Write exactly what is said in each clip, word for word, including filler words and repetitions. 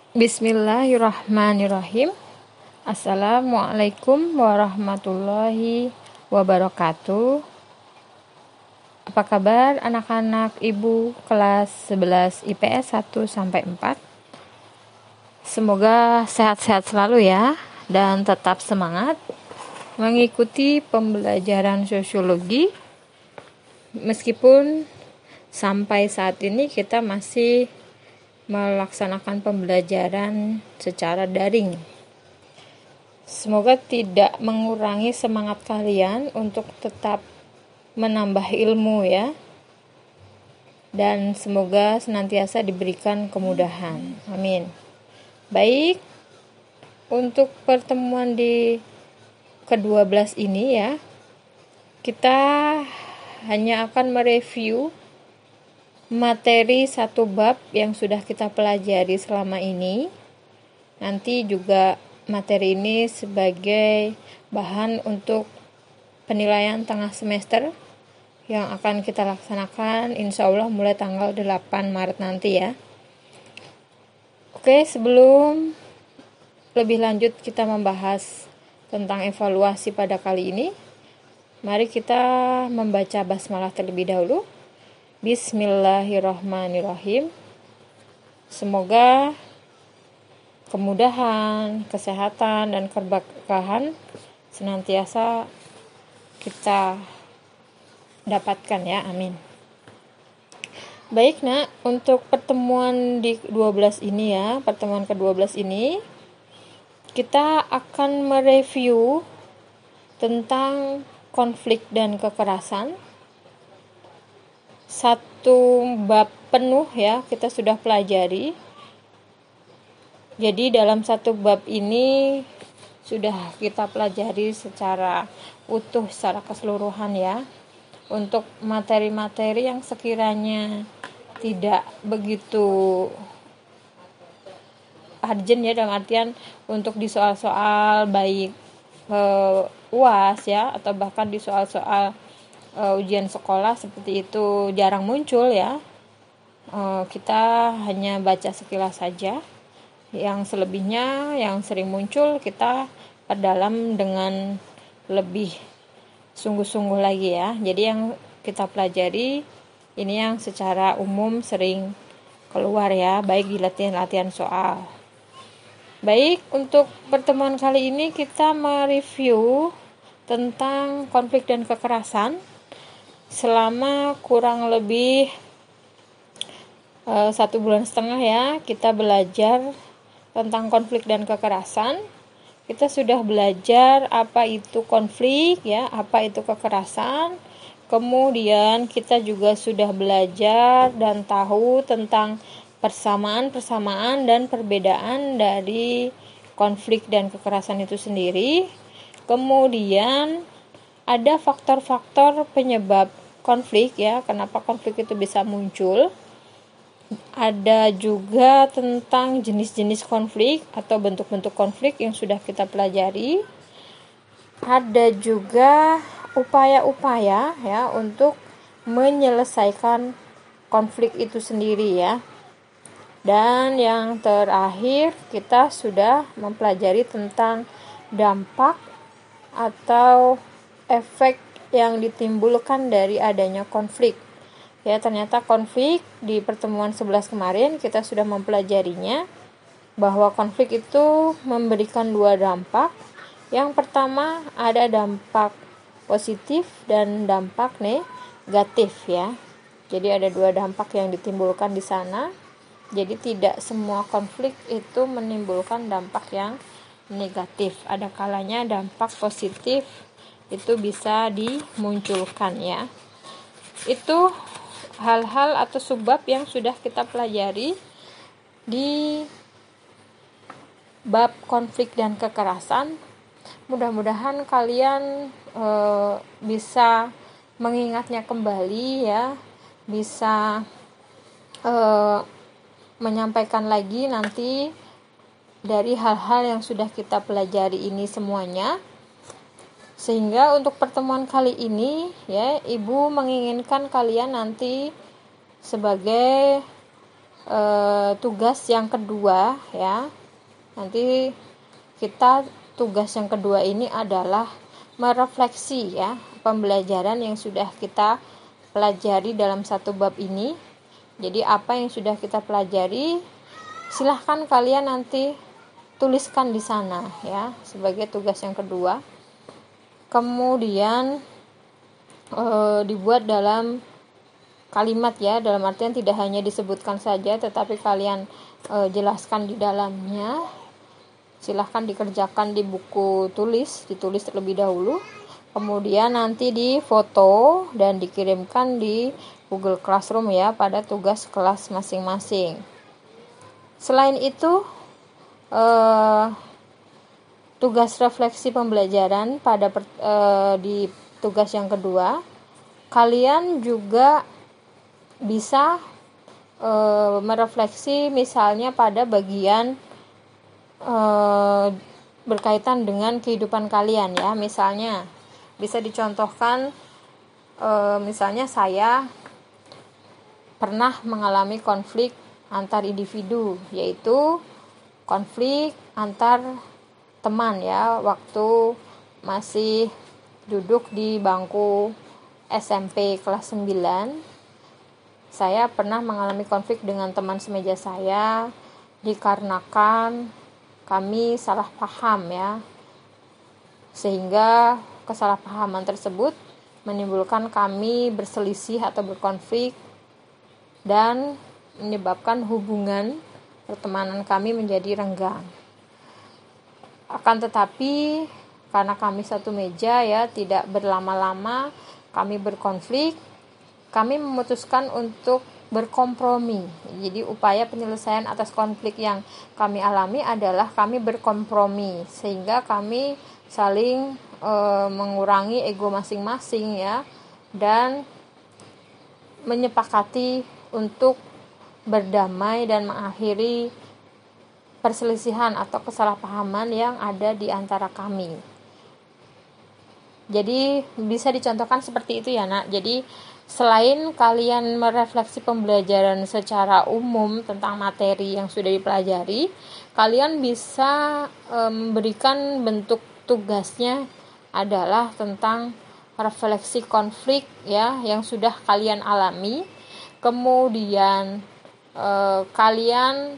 Bismillahirrahmanirrahim. Assalamualaikum warahmatullahi wabarakatuh. Apa kabar anak-anak ibu kelas sebelas I P S satu sampai empat? Semoga sehat-sehat selalu ya, dan tetap semangat mengikuti pembelajaran sosiologi meskipun sampai saat ini kita masih melaksanakan pembelajaran secara daring. Semoga tidak mengurangi semangat kalian untuk tetap menambah ilmu ya. Dan semoga senantiasa diberikan kemudahan. Amin. Baik, untuk pertemuan di kedua belas ini ya, kita hanya akan mereview materi satu bab yang sudah kita pelajari selama ini. Nanti juga materi ini sebagai bahan untuk penilaian tengah semester yang akan kita laksanakan insya Allah mulai tanggal delapan Maret nanti ya. Oke, sebelum lebih lanjut kita membahas tentang evaluasi pada kali ini, mari kita membaca basmalah terlebih dahulu. Bismillahirrahmanirrahim. Semoga kemudahan, kesehatan, dan keberkahan senantiasa kita dapatkan ya, amin. Baik nak, untuk pertemuan di dua belas ini ya, pertemuan ke dua belas ini kita akan mereview tentang konflik dan kekerasan. Satu bab penuh ya kita sudah pelajari. Jadi dalam satu bab ini sudah kita pelajari secara utuh, secara keseluruhan ya. Untuk materi-materi yang sekiranya tidak begitu urgent ya, dalam artian untuk di soal-soal baik eh, U A S ya, atau bahkan di soal-soal Uh, ujian sekolah seperti itu jarang muncul ya. Uh, kita hanya baca sekilas saja. Yang selebihnya yang sering muncul kita perdalam dengan lebih sungguh-sungguh lagi ya. Jadi yang kita pelajari ini yang secara umum sering keluar ya, baik di latihan-latihan soal. Baik, untuk pertemuan kali ini kita mereview tentang konflik dan kekerasan. Selama kurang lebih uh, satu bulan setengah ya, kita belajar tentang konflik dan kekerasan. Kita sudah belajar apa itu konflik ya, apa itu kekerasan. Kemudian kita juga sudah belajar dan tahu tentang persamaan-persamaan dan perbedaan dari konflik dan kekerasan itu sendiri. Kemudian ada faktor-faktor penyebab konflik ya, kenapa konflik itu bisa muncul. Ada juga tentang jenis-jenis konflik atau bentuk-bentuk konflik yang sudah kita pelajari. Ada juga upaya-upaya ya untuk menyelesaikan konflik itu sendiri ya. Dan yang terakhir kita sudah mempelajari tentang dampak atau efek yang ditimbulkan dari adanya konflik. Ya, ternyata konflik di pertemuan sebelas kemarin kita sudah mempelajarinya, bahwa konflik itu memberikan dua dampak. Yang pertama ada dampak positif dan dampak negatif ya. Jadi ada dua dampak yang ditimbulkan di sana. Jadi tidak semua konflik itu menimbulkan dampak yang negatif. Ada kalanya dampak positif itu bisa dimunculkan ya. Itu hal-hal atau subbab yang sudah kita pelajari di bab konflik dan kekerasan. Mudah-mudahan kalian e, bisa mengingatnya kembali ya, bisa e, menyampaikan lagi nanti dari hal-hal yang sudah kita pelajari ini semuanya. Sehingga untuk pertemuan kali ini ya, Ibu menginginkan kalian nanti sebagai eh, tugas yang kedua ya. Nanti kita tugas yang kedua ini adalah merefleksi ya pembelajaran yang sudah kita pelajari dalam satu bab ini. Jadi apa yang sudah kita pelajari, silahkan kalian nanti tuliskan di sana ya sebagai tugas yang kedua. Kemudian e, dibuat dalam kalimat ya, dalam artian tidak hanya disebutkan saja tetapi kalian e, jelaskan di dalamnya. Silahkan dikerjakan di buku tulis, ditulis terlebih dahulu. Kemudian nanti difoto dan dikirimkan di Google Classroom ya pada tugas kelas masing-masing. Selain itu, eh, tugas refleksi pembelajaran pada per, eh, di tugas yang kedua, kalian juga bisa eh, merefleksi misalnya pada bagian eh, berkaitan dengan kehidupan kalian ya. Misalnya bisa dicontohkan eh, misalnya saya pernah mengalami konflik antar individu, yaitu konflik antar teman ya waktu masih duduk di bangku S M P kelas sembilan. Saya pernah mengalami konflik dengan teman semeja saya dikarenakan kami salah paham ya, sehingga kesalahpahaman tersebut menimbulkan kami berselisih atau berkonflik dan menyebabkan hubungan pertemanan kami menjadi renggang. Akan tetapi karena kami satu meja ya, tidak berlama-lama kami berkonflik, kami memutuskan untuk berkompromi. Jadi upaya penyelesaian atas konflik yang kami alami adalah kami berkompromi, sehingga kami saling e, mengurangi ego masing-masing ya, dan menyepakati untuk berdamai dan mengakhiri perselisihan atau kesalahpahaman yang ada di antara kami. Jadi bisa dicontohkan seperti itu ya nak. Jadi selain kalian merefleksi pembelajaran secara umum tentang materi yang sudah dipelajari, kalian bisa e, memberikan bentuk tugasnya adalah tentang refleksi konflik ya yang sudah kalian alami. Kemudian e, kalian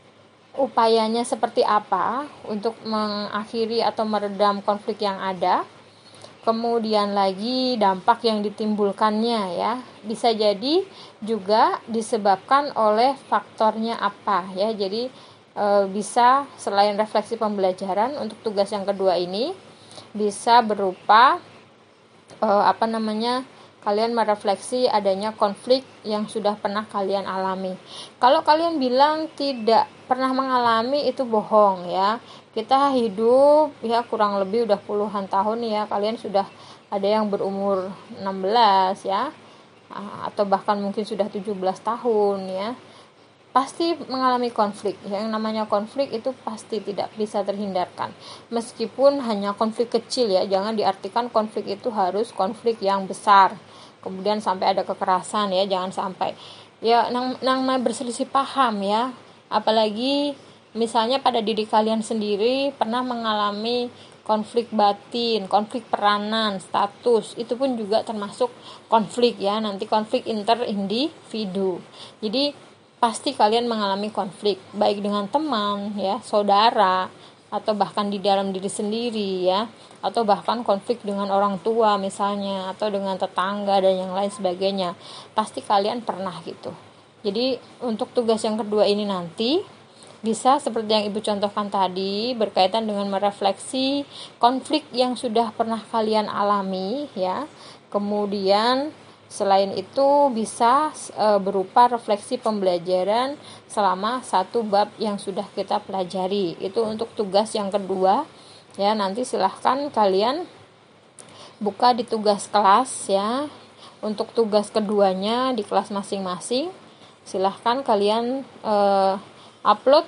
upayanya seperti apa untuk mengakhiri atau meredam konflik yang ada. Kemudian lagi dampak yang ditimbulkannya ya, bisa jadi juga disebabkan oleh faktornya apa ya. Jadi e, bisa selain refleksi pembelajaran untuk tugas yang kedua ini bisa berupa e, apa namanya kalian merefleksi adanya konflik yang sudah pernah kalian alami. Kalau kalian bilang tidak pernah mengalami, itu bohong ya. Kita hidup ya kurang lebih udah puluhan tahun ya. Kalian sudah ada yang berumur enam belas ya, atau bahkan mungkin sudah tujuh belas tahun ya. Pasti mengalami konflik. Yang namanya konflik itu pasti tidak bisa terhindarkan. Meskipun hanya konflik kecil ya, jangan diartikan konflik itu harus konflik yang besar. Kemudian sampai ada kekerasan ya, jangan sampai. Ya namanya berselisih paham ya. Apalagi misalnya pada diri kalian sendiri pernah mengalami konflik batin, konflik peranan, status, itu pun juga termasuk konflik ya, nanti konflik inter individu. Jadi pasti kalian mengalami konflik baik dengan teman ya, saudara, atau bahkan di dalam diri sendiri ya, atau bahkan konflik dengan orang tua misalnya, atau dengan tetangga dan yang lain sebagainya. Pasti kalian pernah gitu. Jadi untuk tugas yang kedua ini nanti bisa seperti yang Ibu contohkan tadi, berkaitan dengan merefleksi konflik yang sudah pernah kalian alami ya. Kemudian selain itu bisa e, berupa refleksi pembelajaran selama satu bab yang sudah kita pelajari. Itu untuk tugas yang kedua ya. Nanti silahkan kalian buka di tugas kelas ya. Untuk tugas keduanya di kelas masing-masing, silahkan kalian uh, upload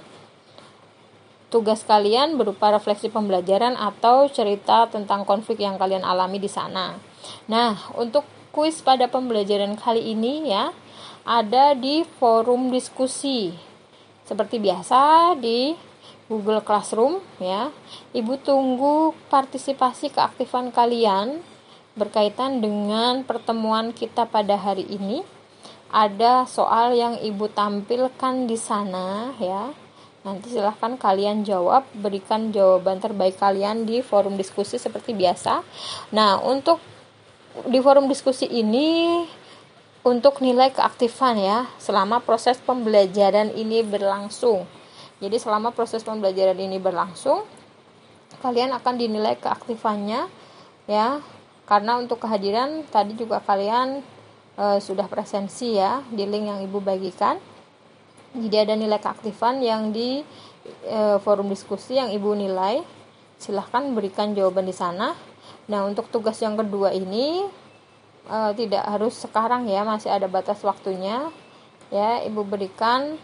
tugas kalian berupa refleksi pembelajaran atau cerita tentang konflik yang kalian alami di sana. Nah, untuk kuis pada pembelajaran kali ini ya, ada di forum diskusi. Seperti biasa di Google Classroom ya. Ibu tunggu partisipasi keaktifan kalian berkaitan dengan pertemuan kita pada hari ini. Ada soal yang Ibu tampilkan di sana ya. Nanti silahkan kalian jawab, berikan jawaban terbaik kalian di forum diskusi seperti biasa. Nah, untuk di forum diskusi ini untuk nilai keaktifan ya, selama proses pembelajaran ini berlangsung. Jadi selama proses pembelajaran ini berlangsung, kalian akan dinilai keaktifannya ya. Karena untuk kehadiran tadi juga kalian e, sudah presensi ya di link yang Ibu bagikan. Jadi ada nilai keaktifan yang di e, forum diskusi yang Ibu nilai. Silahkan berikan jawaban di sana. Nah, untuk tugas yang kedua ini e, tidak harus sekarang ya, masih ada batas waktunya. Ya, Ibu berikan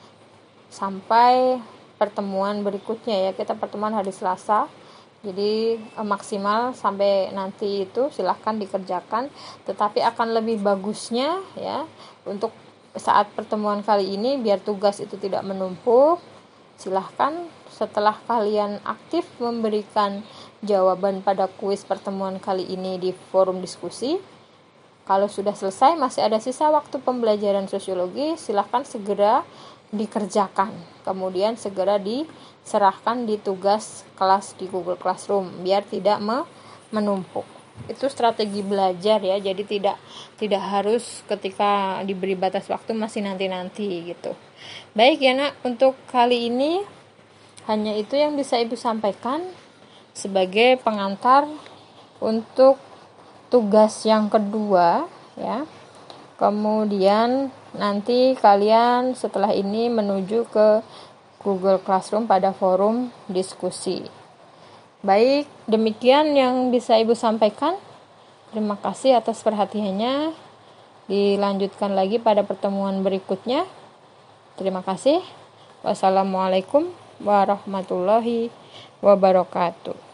sampai pertemuan berikutnya ya. Kita pertemuan hari Selasa. Jadi e, maksimal sampai nanti itu silahkan dikerjakan. Tetapi akan lebih bagusnya ya untuk saat pertemuan kali ini biar tugas itu tidak menumpuk, silahkan setelah kalian aktif memberikan jawaban pada kuis pertemuan kali ini di forum diskusi. Kalau sudah selesai masih ada sisa waktu pembelajaran sosiologi, silahkan segera dikerjakan, kemudian segera diserahkan di tugas kelas di Google Classroom biar tidak menumpuk. Itu strategi belajar ya, jadi tidak tidak harus ketika diberi batas waktu masih nanti-nanti gitu. Baik ya nak, untuk kali ini hanya itu yang bisa Ibu sampaikan sebagai pengantar untuk tugas yang kedua ya. Kemudian nanti kalian setelah ini menuju ke Google Classroom pada forum diskusi. Baik, demikian yang bisa Ibu sampaikan. Terima kasih atas perhatiannya. Dilanjutkan lagi pada pertemuan berikutnya. Terima kasih. Wassalamualaikum warahmatullahi wabarakatuh.